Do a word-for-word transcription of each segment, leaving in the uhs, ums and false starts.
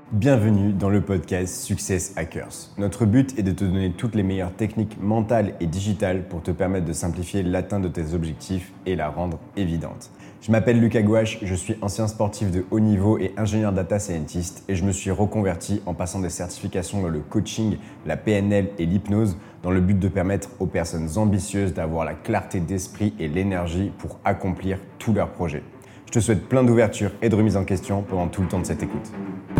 Bienvenue dans le podcast Success Hackers. Notre but est de te donner toutes les meilleures techniques mentales et digitales pour te permettre de simplifier l'atteinte de tes objectifs et la rendre évidente. Je m'appelle Lucas Gouache, je suis ancien sportif de haut niveau et ingénieur data scientist et je me suis reconverti en passant des certifications dans le coaching, la P N L et l'hypnose dans le but de permettre aux personnes ambitieuses d'avoir la clarté d'esprit et l'énergie pour accomplir tous leurs projets. Je te souhaite plein d'ouverture et de remise en question pendant tout le temps de cette écoute.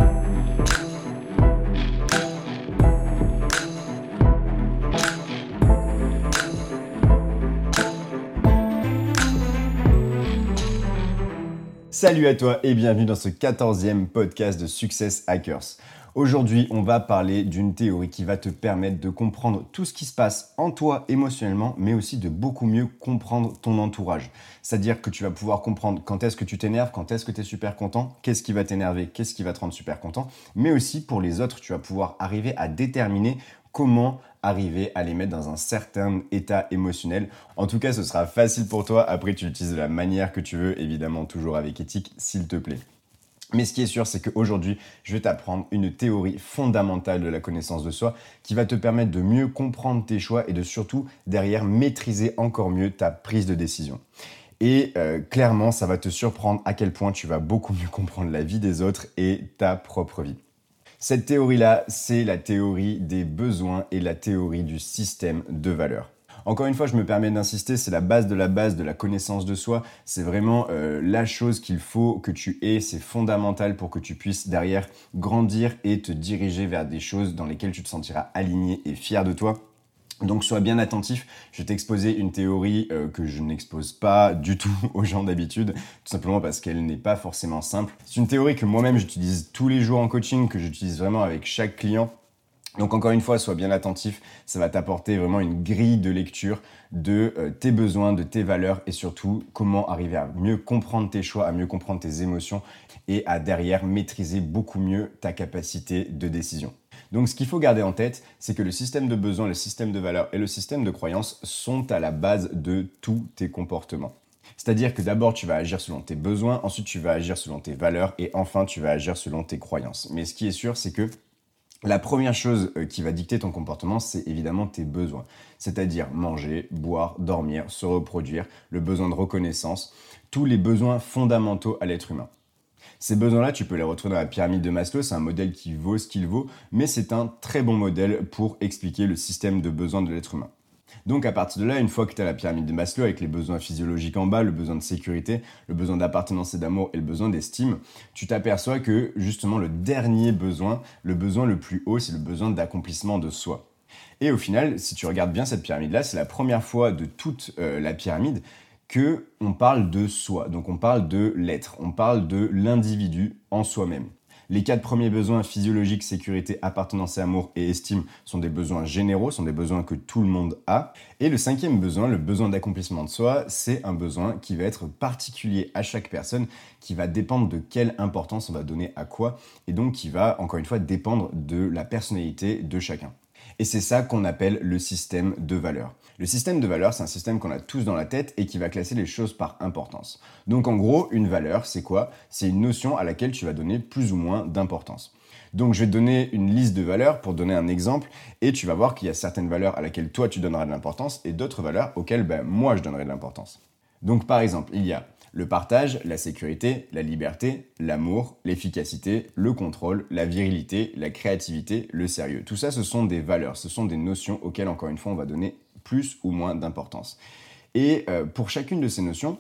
Salut à toi et bienvenue dans ce quatorzième podcast de Success Hackers. Aujourd'hui, on va parler d'une théorie qui va te permettre de comprendre tout ce qui se passe en toi émotionnellement, mais aussi de beaucoup mieux comprendre ton entourage. C'est-à-dire que tu vas pouvoir comprendre quand est-ce que tu t'énerves, quand est-ce que tu es super content, qu'est-ce qui va t'énerver, qu'est-ce qui va te rendre super content, mais aussi pour les autres, tu vas pouvoir arriver à déterminer comment arriver à les mettre dans un certain état émotionnel. En tout cas, ce sera facile pour toi. Après, tu l'utilises de la manière que tu veux, évidemment toujours avec éthique, s'il te plaît. Mais ce qui est sûr, c'est qu'aujourd'hui, je vais t'apprendre une théorie fondamentale de la connaissance de soi qui va te permettre de mieux comprendre tes choix et de surtout, derrière, maîtriser encore mieux ta prise de décision. Et euh, clairement, ça va te surprendre à quel point tu vas beaucoup mieux comprendre la vie des autres et ta propre vie. Cette théorie-là, c'est la théorie des besoins et la théorie du système de valeurs. Encore une fois, je me permets d'insister, c'est la base de la base de la connaissance de soi. C'est vraiment euh, la chose qu'il faut que tu aies. C'est fondamental pour que tu puisses derrière grandir et te diriger vers des choses dans lesquelles tu te sentiras aligné et fier de toi. Donc sois bien attentif, je vais t'exposer une théorie euh, que je n'expose pas du tout aux gens d'habitude, tout simplement parce qu'elle n'est pas forcément simple. C'est une théorie que moi-même j'utilise tous les jours en coaching, que j'utilise vraiment avec chaque client. Donc encore une fois, sois bien attentif, ça va t'apporter vraiment une grille de lecture de euh, tes besoins, de tes valeurs et surtout comment arriver à mieux comprendre tes choix, à mieux comprendre tes émotions et à derrière maîtriser beaucoup mieux ta capacité de décision. Donc ce qu'il faut garder en tête, c'est que le système de besoins, le système de valeurs et le système de croyances sont à la base de tous tes comportements. C'est-à-dire que d'abord tu vas agir selon tes besoins, ensuite tu vas agir selon tes valeurs et enfin tu vas agir selon tes croyances. Mais ce qui est sûr, c'est que la première chose qui va dicter ton comportement, c'est évidemment tes besoins. C'est-à-dire manger, boire, dormir, se reproduire, le besoin de reconnaissance, tous les besoins fondamentaux à l'être humain. Ces besoins-là, tu peux les retrouver dans la pyramide de Maslow, c'est un modèle qui vaut ce qu'il vaut, mais c'est un très bon modèle pour expliquer le système de besoins de l'être humain. Donc à partir de là, une fois que tu as la pyramide de Maslow avec les besoins physiologiques en bas, le besoin de sécurité, le besoin d'appartenance et d'amour et le besoin d'estime, tu t'aperçois que justement le dernier besoin, le besoin le plus haut, c'est le besoin d'accomplissement de soi. Et au final, si tu regardes bien cette pyramide-là, c'est la première fois de toute euh, la pyramide que on parle de soi, donc on parle de l'être, on parle de l'individu en soi-même. Les quatre premiers besoins, physiologique, sécurité, appartenance et amour et estime, sont des besoins généraux, sont des besoins que tout le monde a. Et le cinquième besoin, le besoin d'accomplissement de soi, c'est un besoin qui va être particulier à chaque personne, qui va dépendre de quelle importance on va donner à quoi, et donc qui va, encore une fois, dépendre de la personnalité de chacun. Et c'est ça qu'on appelle le système de valeurs. Le système de valeurs, c'est un système qu'on a tous dans la tête et qui va classer les choses par importance. Donc en gros, une valeur, c'est quoi ? C'est une notion à laquelle tu vas donner plus ou moins d'importance. Donc je vais te donner une liste de valeurs pour donner un exemple et tu vas voir qu'il y a certaines valeurs à laquelle toi tu donneras de l'importance et d'autres valeurs auxquelles ben, moi je donnerai de l'importance. Donc par exemple, il y a le partage, la sécurité, la liberté, l'amour, l'efficacité, le contrôle, la virilité, la créativité, le sérieux. Tout ça, ce sont des valeurs, ce sont des notions auxquelles, encore une fois, on va donner plus ou moins d'importance. Et euh, pour chacune de ces notions,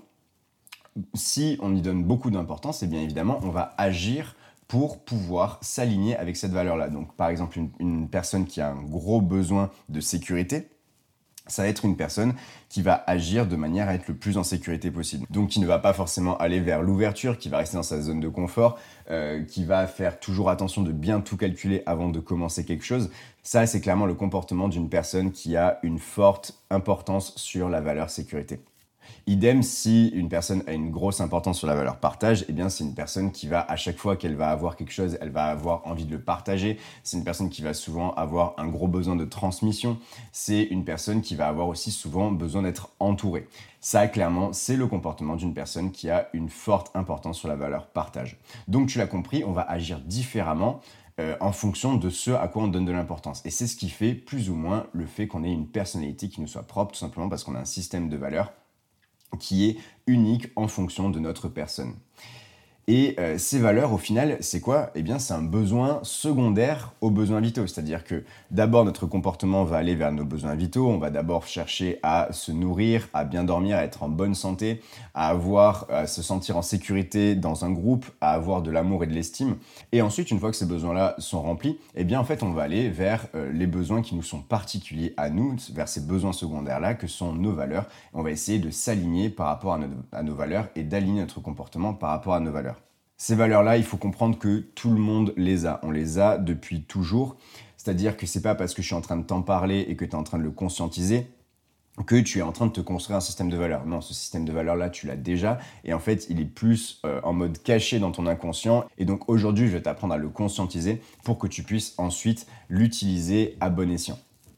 si on y donne beaucoup d'importance, eh bien évidemment, on va agir pour pouvoir s'aligner avec cette valeur-là. Donc par exemple, une, une personne qui a un gros besoin de sécurité, ça va être une personne qui va agir de manière à être le plus en sécurité possible. Donc qui ne va pas forcément aller vers l'ouverture, qui va rester dans sa zone de confort, euh, qui va faire toujours attention de bien tout calculer avant de commencer quelque chose. Ça, c'est clairement le comportement d'une personne qui a une forte importance sur la valeur sécurité. Idem, si une personne a une grosse importance sur la valeur partage, eh bien c'est une personne qui va, à chaque fois qu'elle va avoir quelque chose, elle va avoir envie de le partager. C'est une personne qui va souvent avoir un gros besoin de transmission. C'est une personne qui va avoir aussi souvent besoin d'être entourée. Ça, clairement, c'est le comportement d'une personne qui a une forte importance sur la valeur partage. Donc, tu l'as compris, on va agir différemment euh, en fonction de ce à quoi on donne de l'importance. Et c'est ce qui fait plus ou moins le fait qu'on ait une personnalité qui nous soit propre, tout simplement parce qu'on a un système de valeurs qui est unique en fonction de notre personne. Et euh, ces valeurs, au final, c'est quoi ? Eh bien, c'est un besoin secondaire aux besoins vitaux. C'est-à-dire que d'abord, notre comportement va aller vers nos besoins vitaux. On va d'abord chercher à se nourrir, à bien dormir, à être en bonne santé, à avoir, à se sentir en sécurité dans un groupe, à avoir de l'amour et de l'estime. Et ensuite, une fois que ces besoins-là sont remplis, eh bien, en fait, on va aller vers euh, les besoins qui nous sont particuliers à nous, vers ces besoins secondaires-là que sont nos valeurs. Et on va essayer de s'aligner par rapport à nos, à nos valeurs et d'aligner notre comportement par rapport à nos valeurs. Ces valeurs-là, il faut comprendre que tout le monde les a. On les a depuis toujours. C'est-à-dire que c'est pas parce que je suis en train de t'en parler et que tu es en train de le conscientiser que tu es en train de te construire un système de valeurs. Non, ce système de valeurs-là, tu l'as déjà. Et en fait, il est plus euh, en mode caché dans ton inconscient. Et donc aujourd'hui, je vais t'apprendre à le conscientiser pour que tu puisses ensuite l'utiliser à bon escient.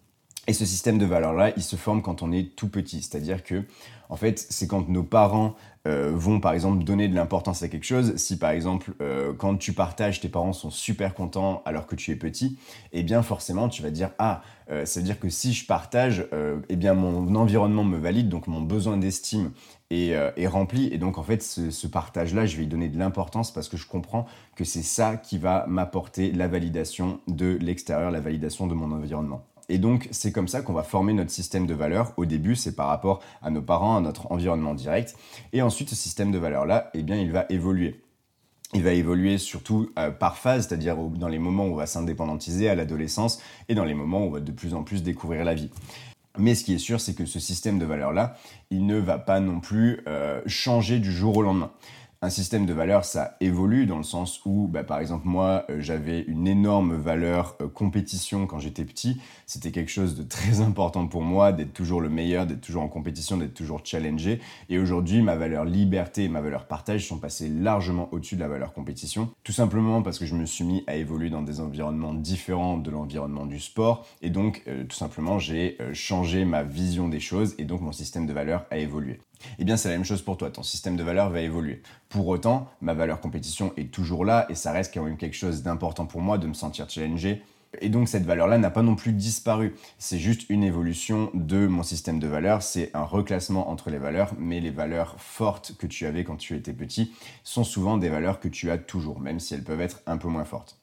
Et ce système de valeurs-là, il se forme quand on est tout petit. C'est-à-dire que, en fait, c'est quand nos parents euh, vont, par exemple, donner de l'importance à quelque chose. Si, par exemple, euh, quand tu partages, tes parents sont super contents alors que tu es petit, eh bien, forcément, tu vas dire « Ah, euh, ça veut dire que si je partage, euh, eh bien, mon environnement me valide, donc mon besoin d'estime est, euh, est rempli. Et donc, en fait, ce, ce partage-là, je vais y donner de l'importance parce que je comprends que c'est ça qui va m'apporter la validation de l'extérieur, la validation de mon environnement. » Et donc, c'est comme ça qu'on va former notre système de valeurs. Au début, c'est par rapport à nos parents, à notre environnement direct. Et ensuite, ce système de valeurs-là, eh bien, il va évoluer. Il va évoluer surtout euh, par phase, c'est-à-dire dans les moments où on va s'indépendantiser à l'adolescence et dans les moments où on va de plus en plus découvrir la vie. Mais ce qui est sûr, c'est que ce système de valeurs-là, il ne va pas non plus euh, changer du jour au lendemain. Un système de valeurs, ça évolue dans le sens où, bah, par exemple, moi, euh, j'avais une énorme valeur euh, compétition quand j'étais petit. C'était quelque chose de très important pour moi, d'être toujours le meilleur, d'être toujours en compétition, d'être toujours challengé. Et aujourd'hui, ma valeur liberté et ma valeur partage sont passées largement au-dessus de la valeur compétition. Tout simplement parce que je me suis mis à évoluer dans des environnements différents de l'environnement du sport. Et donc, euh, tout simplement, j'ai euh, changé ma vision des choses et donc mon système de valeurs a évolué. Eh bien, c'est la même chose pour toi. Ton système de valeurs va évoluer. Pour autant, ma valeur compétition est toujours là et ça reste quand même quelque chose d'important pour moi de me sentir challengé. Et donc, cette valeur-là n'a pas non plus disparu. C'est juste une évolution de mon système de valeurs. C'est un reclassement entre les valeurs, mais les valeurs fortes que tu avais quand tu étais petit sont souvent des valeurs que tu as toujours, même si elles peuvent être un peu moins fortes.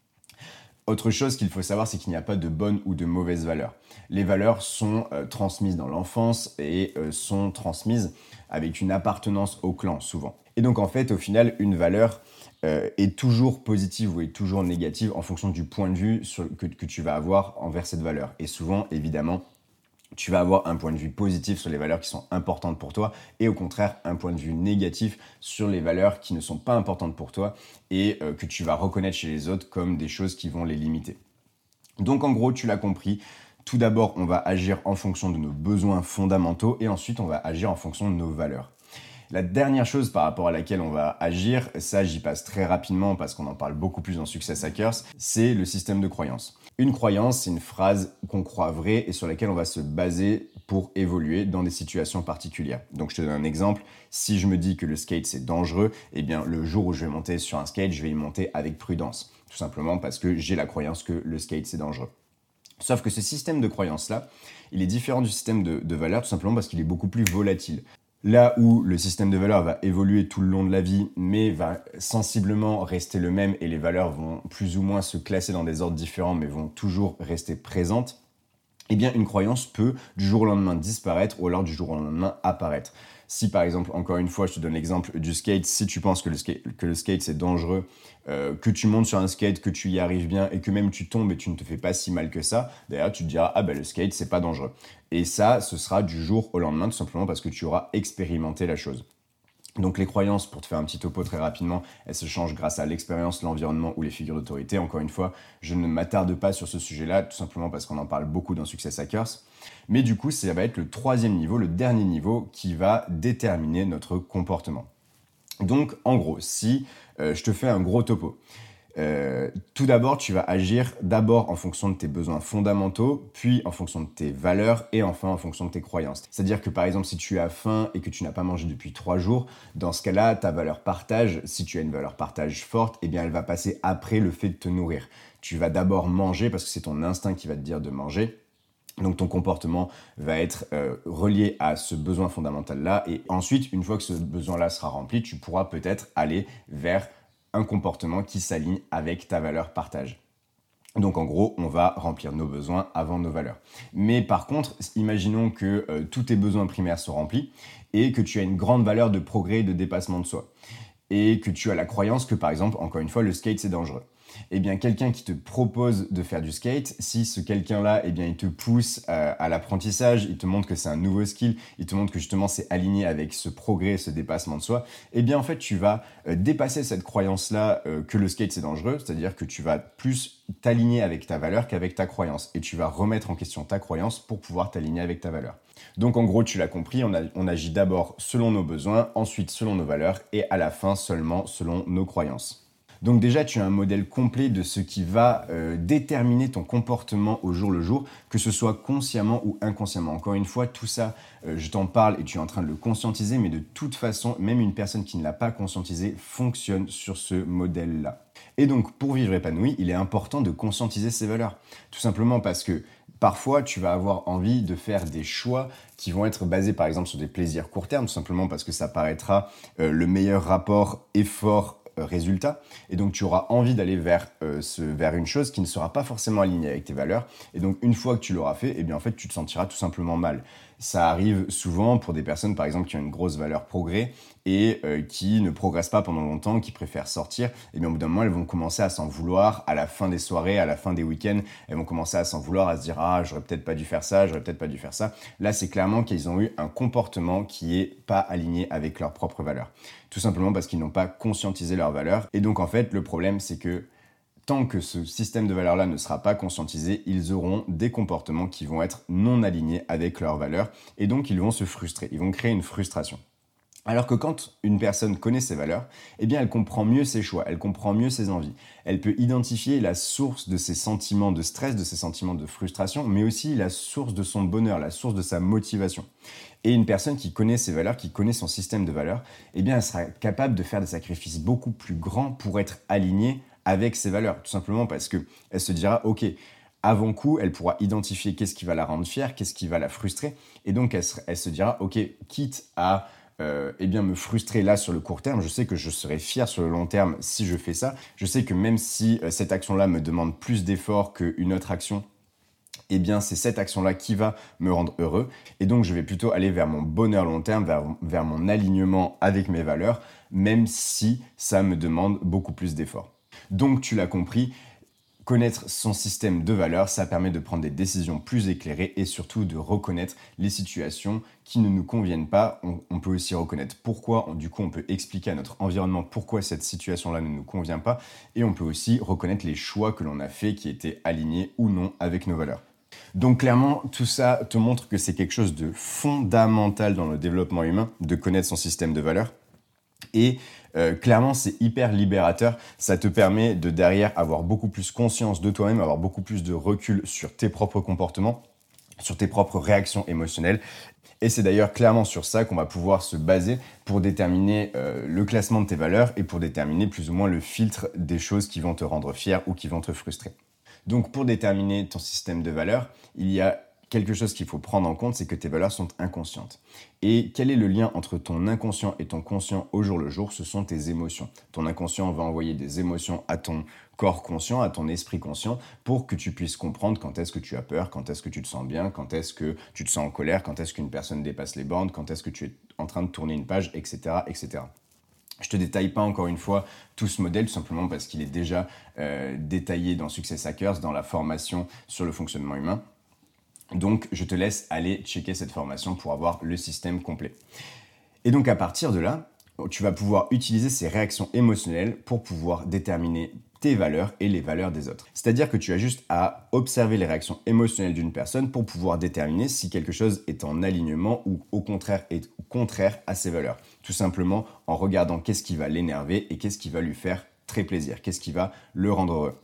Autre chose qu'il faut savoir, c'est qu'il n'y a pas de bonnes ou de mauvaises valeurs. Les valeurs sont euh, transmises dans l'enfance et euh, sont transmises avec une appartenance au clan, souvent. Et donc, en fait, au final, une valeur euh, est toujours positive ou est toujours négative en fonction du point de vue sur, que, que tu vas avoir envers cette valeur. Et souvent, évidemment, tu vas avoir un point de vue positif sur les valeurs qui sont importantes pour toi et au contraire un point de vue négatif sur les valeurs qui ne sont pas importantes pour toi et euh, que tu vas reconnaître chez les autres comme des choses qui vont les limiter. Donc en gros, tu l'as compris, tout d'abord on va agir en fonction de nos besoins fondamentaux et ensuite on va agir en fonction de nos valeurs. La dernière chose par rapport à laquelle on va agir, ça j'y passe très rapidement parce qu'on en parle beaucoup plus dans Success Hackers, c'est le système de croyance. Une croyance, c'est une phrase qu'on croit vraie et sur laquelle on va se baser pour évoluer dans des situations particulières. Donc je te donne un exemple, si je me dis que le skate c'est dangereux, eh bien le jour où je vais monter sur un skate, je vais y monter avec prudence. Tout simplement parce que j'ai la croyance que le skate c'est dangereux. Sauf que ce système de croyance-là, il est différent du système de, de valeurs tout simplement parce qu'il est beaucoup plus volatile. Là où le système de valeurs va évoluer tout le long de la vie, mais va sensiblement rester le même et les valeurs vont plus ou moins se classer dans des ordres différents, mais vont toujours rester présentes, eh bien une croyance peut du jour au lendemain disparaître ou alors du jour au lendemain apparaître. Si par exemple, encore une fois, je te donne l'exemple du skate, si tu penses que le skate, que le skate c'est dangereux, euh, que tu montes sur un skate, que tu y arrives bien et que même tu tombes et tu ne te fais pas si mal que ça, d'ailleurs tu te diras « Ah ben le skate c'est pas dangereux ». Et ça, ce sera du jour au lendemain tout simplement parce que tu auras expérimenté la chose. Donc les croyances, pour te faire un petit topo très rapidement, elles se changent grâce à l'expérience, l'environnement ou les figures d'autorité. Encore une fois, je ne m'attarde pas sur ce sujet-là, tout simplement parce qu'on en parle beaucoup dans Success Hackers. Mais du coup, ça va être le troisième niveau, le dernier niveau, qui va déterminer notre comportement. Donc en gros, si euh, je te fais un gros topo, Euh, tout d'abord, tu vas agir d'abord en fonction de tes besoins fondamentaux, puis en fonction de tes valeurs et enfin en fonction de tes croyances. C'est-à-dire que par exemple, si tu as faim et que tu n'as pas mangé depuis trois jours, dans ce cas-là, ta valeur partage, si tu as une valeur partage forte, eh bien elle va passer après le fait de te nourrir. Tu vas d'abord manger parce que c'est ton instinct qui va te dire de manger. Donc ton comportement va être euh, relié à ce besoin fondamental-là et ensuite, une fois que ce besoin-là sera rempli, tu pourras peut-être aller vers un comportement qui s'aligne avec ta valeur partage. Donc en gros, on va remplir nos besoins avant nos valeurs. Mais par contre, imaginons que euh, tous tes besoins primaires sont remplis et que tu as une grande valeur de progrès et de dépassement de soi. Et que tu as la croyance que par exemple, encore une fois, le skate c'est dangereux. Eh bien, quelqu'un qui te propose de faire du skate, si ce quelqu'un-là, eh bien, il te pousse euh, à l'apprentissage, il te montre que c'est un nouveau skill, il te montre que justement c'est aligné avec ce progrès, ce dépassement de soi, eh bien, en fait, tu vas euh, dépasser cette croyance-là euh, que le skate c'est dangereux, c'est-à-dire que tu vas plus t'aligner avec ta valeur qu'avec ta croyance, et tu vas remettre en question ta croyance pour pouvoir t'aligner avec ta valeur. Donc, en gros, tu l'as compris, on, a, on agit d'abord selon nos besoins, ensuite selon nos valeurs, et à la fin seulement selon nos croyances. Donc déjà, tu as un modèle complet de ce qui va euh, déterminer ton comportement au jour le jour, que ce soit consciemment ou inconsciemment. Encore une fois, tout ça, euh, je t'en parle et tu es en train de le conscientiser, mais de toute façon, même une personne qui ne l'a pas conscientisé fonctionne sur ce modèle-là. Et donc, pour vivre épanoui, il est important de conscientiser ses valeurs. Tout simplement parce que parfois, tu vas avoir envie de faire des choix qui vont être basés par exemple sur des plaisirs court terme, tout simplement parce que ça paraîtra euh, le meilleur rapport effort résultat, et donc tu auras envie d'aller vers, euh, ce, vers une chose qui ne sera pas forcément alignée avec tes valeurs, et donc une fois que tu l'auras fait, eh bien en fait tu te sentiras tout simplement mal. Ça arrive souvent pour des personnes par exemple qui ont une grosse valeur progrès et euh, qui ne progressent pas pendant longtemps, qui préfèrent sortir, et bien au bout d'un moment elles vont commencer à s'en vouloir à la fin des soirées, à la fin des week-ends, elles vont commencer à s'en vouloir, à se dire ah j'aurais peut-être pas dû faire ça, j'aurais peut-être pas dû faire ça. Là c'est clairement qu'ils ont eu un comportement qui est pas aligné avec leurs propres valeurs. Tout simplement parce qu'ils n'ont pas conscientisé leurs valeurs. Et donc en fait, le problème, c'est que tant que ce système de valeurs-là ne sera pas conscientisé, ils auront des comportements qui vont être non alignés avec leurs valeurs. Et donc, ils vont se frustrer. Ils vont créer une frustration. Alors que quand une personne connaît ses valeurs, eh bien elle comprend mieux ses choix, elle comprend mieux ses envies. Elle peut identifier la source de ses sentiments de stress, de ses sentiments de frustration, mais aussi la source de son bonheur, la source de sa motivation. Et une personne qui connaît ses valeurs, qui connaît son système de valeurs, eh bien elle sera capable de faire des sacrifices beaucoup plus grands pour être alignée avec ses valeurs. Tout simplement parce qu'elle se dira, ok, avant coup, elle pourra identifier qu'est-ce qui va la rendre fière, qu'est-ce qui va la frustrer. Et donc elle se, elle se dira, ok, quitte à Euh, eh bien me frustrer là sur le court terme, je sais que je serai fier sur le long terme si je fais ça. Je sais que même si euh, cette action-là me demande plus d'efforts qu'une autre action, eh bien c'est cette action-là qui va me rendre heureux. Et donc je vais plutôt aller vers mon bonheur long terme, vers, vers mon alignement avec mes valeurs, même si ça me demande beaucoup plus d'efforts. Donc tu l'as compris, connaître son système de valeurs, ça permet de prendre des décisions plus éclairées et surtout de reconnaître les situations qui ne nous conviennent pas. On, on peut aussi reconnaître pourquoi, on, du coup on peut expliquer à notre environnement pourquoi cette situation-là ne nous convient pas, et on peut aussi reconnaître les choix que l'on a faits qui étaient alignés ou non avec nos valeurs. Donc clairement, tout ça te montre que c'est quelque chose de fondamental dans le développement humain, de connaître son système de valeurs. Et euh, clairement, c'est hyper libérateur. Ça te permet de derrière avoir beaucoup plus conscience de toi-même, avoir beaucoup plus de recul sur tes propres comportements, sur tes propres réactions émotionnelles. Et c'est d'ailleurs clairement sur ça qu'on va pouvoir se baser pour déterminer euh, le classement de tes valeurs et pour déterminer plus ou moins le filtre des choses qui vont te rendre fier ou qui vont te frustrer. Donc pour déterminer ton système de valeurs, il y a quelque chose qu'il faut prendre en compte, c'est que tes valeurs sont inconscientes. Et quel est le lien entre ton inconscient et ton conscient au jour le jour? Ce sont tes émotions. Ton inconscient va envoyer des émotions à ton corps conscient, à ton esprit conscient, pour que tu puisses comprendre quand est-ce que tu as peur, quand est-ce que tu te sens bien, quand est-ce que tu te sens en colère, quand est-ce qu'une personne dépasse les bornes, quand est-ce que tu es en train de tourner une page, et cetera, et cetera. Je ne te détaille pas encore une fois tout ce modèle, tout simplement parce qu'il est déjà euh, détaillé dans Success Hackers, dans la formation sur le fonctionnement humain. Donc, je te laisse aller checker cette formation pour avoir le système complet. Et donc, à partir de là, Tu vas pouvoir utiliser ces réactions émotionnelles pour pouvoir déterminer tes valeurs et les valeurs des autres. C'est-à-dire que tu as juste à observer les réactions émotionnelles d'une personne pour pouvoir déterminer si quelque chose est en alignement ou au contraire est contraire à ses valeurs. Tout simplement en regardant qu'est-ce qui va l'énerver et qu'est-ce qui va lui faire très plaisir, qu'est-ce qui va le rendre heureux.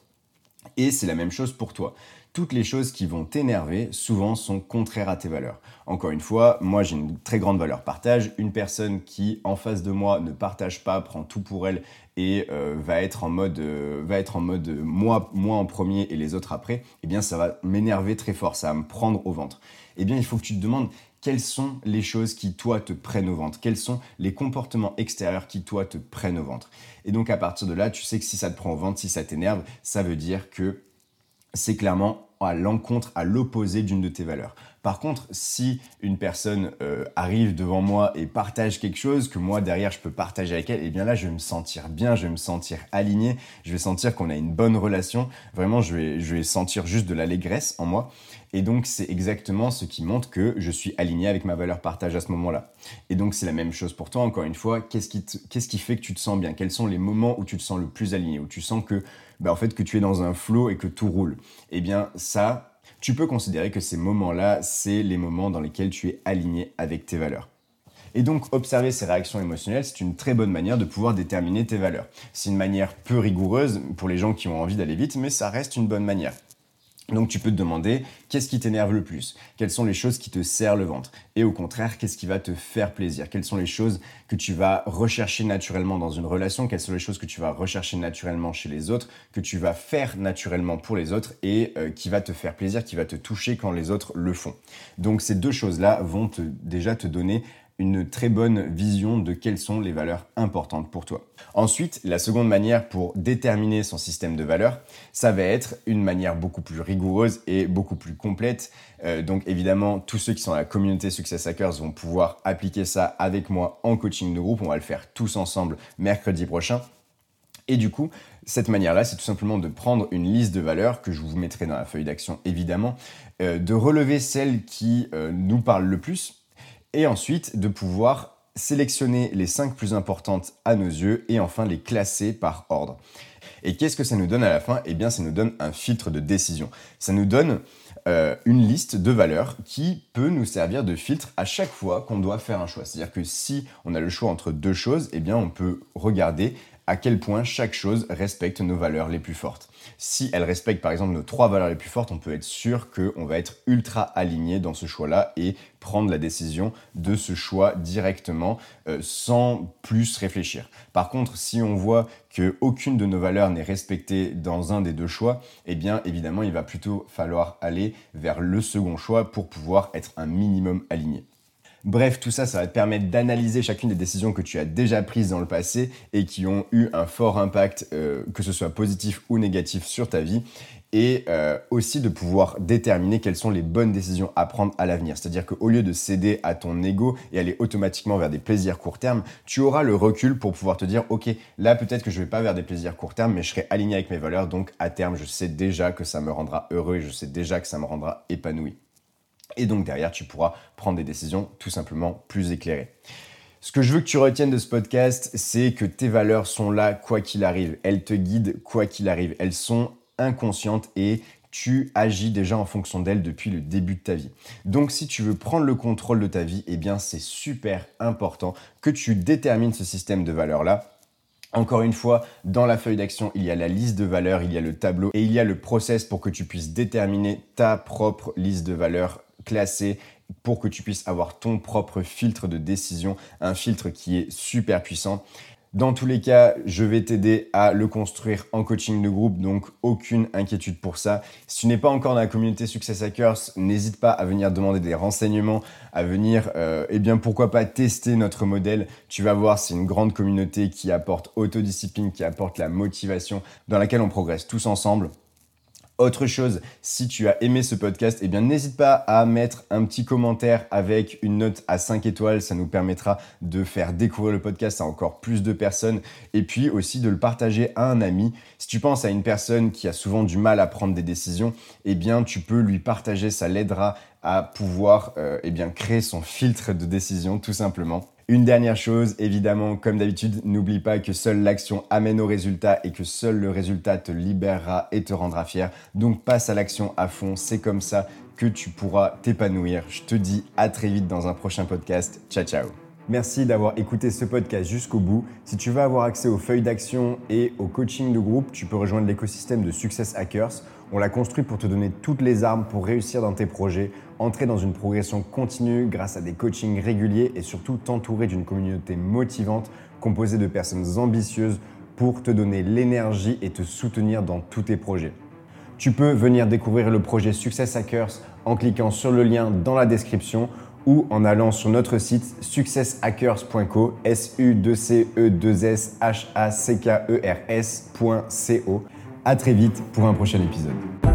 Et c'est la même chose pour toi. Toutes les choses qui vont t'énerver, souvent, sont contraires à tes valeurs. Encore une fois, moi, j'ai une très grande valeur partage. Une personne qui, en face de moi, ne partage pas, prend tout pour elle et euh, va être en mode, euh, va être en mode euh, moi, moi en premier et les autres après, eh bien, ça va m'énerver très fort, ça va me prendre au ventre. Eh bien, il faut que tu te demandes quelles sont les choses qui, toi, te prennent au ventre, quels sont les comportements extérieurs qui, toi, te prennent au ventre. Et donc, à partir de là, tu sais que si ça te prend au ventre, si ça t'énerve, ça veut dire que c'est clairement à l'encontre, à l'opposé d'une de tes valeurs. Par contre, si une personne euh, arrive devant moi et partage quelque chose que moi, derrière, je peux partager avec elle, eh bien là, je vais me sentir bien, je vais me sentir aligné, je vais sentir qu'on a une bonne relation. Vraiment, je vais, je vais sentir juste de l'allégresse en moi. Et donc, c'est exactement ce qui montre que je suis aligné avec ma valeur partage à ce moment-là. Et donc, c'est la même chose pour toi. Encore une fois, qu'est-ce qui, te, qu'est-ce qui fait que tu te sens bien? Quels sont les moments où tu te sens le plus aligné, où tu sens que, bah, en fait, que tu es dans un flow et que tout roule? Eh bien, ça... tu peux considérer que ces moments-là, c'est les moments dans lesquels tu es aligné avec tes valeurs. Et donc, observer ces réactions émotionnelles, c'est une très bonne manière de pouvoir déterminer tes valeurs. C'est une manière peu rigoureuse pour les gens qui ont envie d'aller vite, mais ça reste une bonne manière. Donc tu peux te demander qu'est-ce qui t'énerve le plus, quelles sont les choses qui te serrent le ventre et au contraire qu'est-ce qui va te faire plaisir, quelles sont les choses que tu vas rechercher naturellement dans une relation, quelles sont les choses que tu vas rechercher naturellement chez les autres, que tu vas faire naturellement pour les autres et euh, qui va te faire plaisir, qui va te toucher quand les autres le font. Donc ces deux choses-là vont te, déjà te donner une très bonne vision de quelles sont les valeurs importantes pour toi. Ensuite, la seconde manière pour déterminer son système de valeurs, ça va être une manière beaucoup plus rigoureuse et beaucoup plus complète. Euh, donc évidemment, tous ceux qui sont dans la communauté Success Hackers vont pouvoir appliquer ça avec moi en coaching de groupe. On va le faire tous ensemble mercredi prochain. Et du coup, cette manière-là, c'est tout simplement de prendre une liste de valeurs que je vous mettrai dans la feuille d'action évidemment, euh, de relever celles qui euh, nous parlent le plus, et ensuite de pouvoir sélectionner les cinq plus importantes à nos yeux et enfin les classer par ordre. Et qu'est-ce que ça nous donne à la fin? Eh bien, ça nous donne un filtre de décision. Ça nous donne euh, une liste de valeurs qui peut nous servir de filtre à chaque fois qu'on doit faire un choix. C'est-à-dire que si on a le choix entre deux choses, eh bien, on peut regarder à quel point chaque chose respecte nos valeurs les plus fortes. Si elle respecte par exemple nos trois valeurs les plus fortes, on peut être sûr qu'on va être ultra aligné dans ce choix-là et prendre la décision de ce choix directement euh, sans plus réfléchir. Par contre, si on voit qu'aucune de nos valeurs n'est respectée dans un des deux choix, eh bien évidemment il va plutôt falloir aller vers le second choix pour pouvoir être un minimum aligné. Bref, tout ça, ça va te permettre d'analyser chacune des décisions que tu as déjà prises dans le passé et qui ont eu un fort impact, euh, que ce soit positif ou négatif sur ta vie, et euh, aussi de pouvoir déterminer quelles sont les bonnes décisions à prendre à l'avenir. C'est-à-dire qu'au lieu de céder à ton ego et aller automatiquement vers des plaisirs court terme, tu auras le recul pour pouvoir te dire « Ok, là peut-être que je ne vais pas vers des plaisirs court terme, mais je serai aligné avec mes valeurs, donc à terme, je sais déjà que ça me rendra heureux et je sais déjà que ça me rendra épanoui. » Et donc derrière, tu pourras prendre des décisions tout simplement plus éclairées. Ce que je veux que tu retiennes de ce podcast, c'est que tes valeurs sont là quoi qu'il arrive. Elles te guident quoi qu'il arrive. Elles sont inconscientes et tu agis déjà en fonction d'elles depuis le début de ta vie. Donc si tu veux prendre le contrôle de ta vie, eh bien c'est super important que tu détermines ce système de valeurs-là. Encore une fois, dans la feuille d'action, il y a la liste de valeurs, il y a le tableau et il y a le process pour que tu puisses déterminer ta propre liste de valeurs classée pour que tu puisses avoir ton propre filtre de décision, un filtre qui est super puissant. Dans tous les cas, je vais t'aider à le construire en coaching de groupe, donc aucune inquiétude pour ça. Si tu n'es pas encore dans la communauté Success Hackers, n'hésite pas à venir demander des renseignements, à venir, euh, eh bien pourquoi pas tester notre modèle. Tu vas voir, c'est une grande communauté qui apporte autodiscipline, qui apporte la motivation, dans laquelle on progresse tous ensemble. Autre chose, si tu as aimé ce podcast, eh bien n'hésite pas à mettre un petit commentaire avec une note à cinq étoiles. Ça nous permettra de faire découvrir le podcast à encore plus de personnes et puis aussi de le partager à un ami. Si tu penses à une personne qui a souvent du mal à prendre des décisions, eh bien tu peux lui partager, ça l'aidera à pouvoir euh, eh bien, créer son filtre de décision tout simplement. Une dernière chose, évidemment, comme d'habitude, n'oublie pas que seule l'action amène au résultat et que seul le résultat te libérera et te rendra fier. Donc passe à l'action à fond, c'est comme ça que tu pourras t'épanouir. Je te dis à très vite dans un prochain podcast. Ciao, ciao. Merci d'avoir écouté ce podcast jusqu'au bout. Si tu veux avoir accès aux feuilles d'action et au coaching de groupe, tu peux rejoindre l'écosystème de Success Hackers. On l'a construit pour te donner toutes les armes pour réussir dans tes projets, entrer dans une progression continue grâce à des coachings réguliers et surtout t'entourer d'une communauté motivante composée de personnes ambitieuses pour te donner l'énergie et te soutenir dans tous tes projets. Tu peux venir découvrir le projet Success Hackers en cliquant sur le lien dans la description ou en allant sur notre site success hackers point co, S U C E deux S H A C K E R S point C O. À très vite pour un prochain épisode.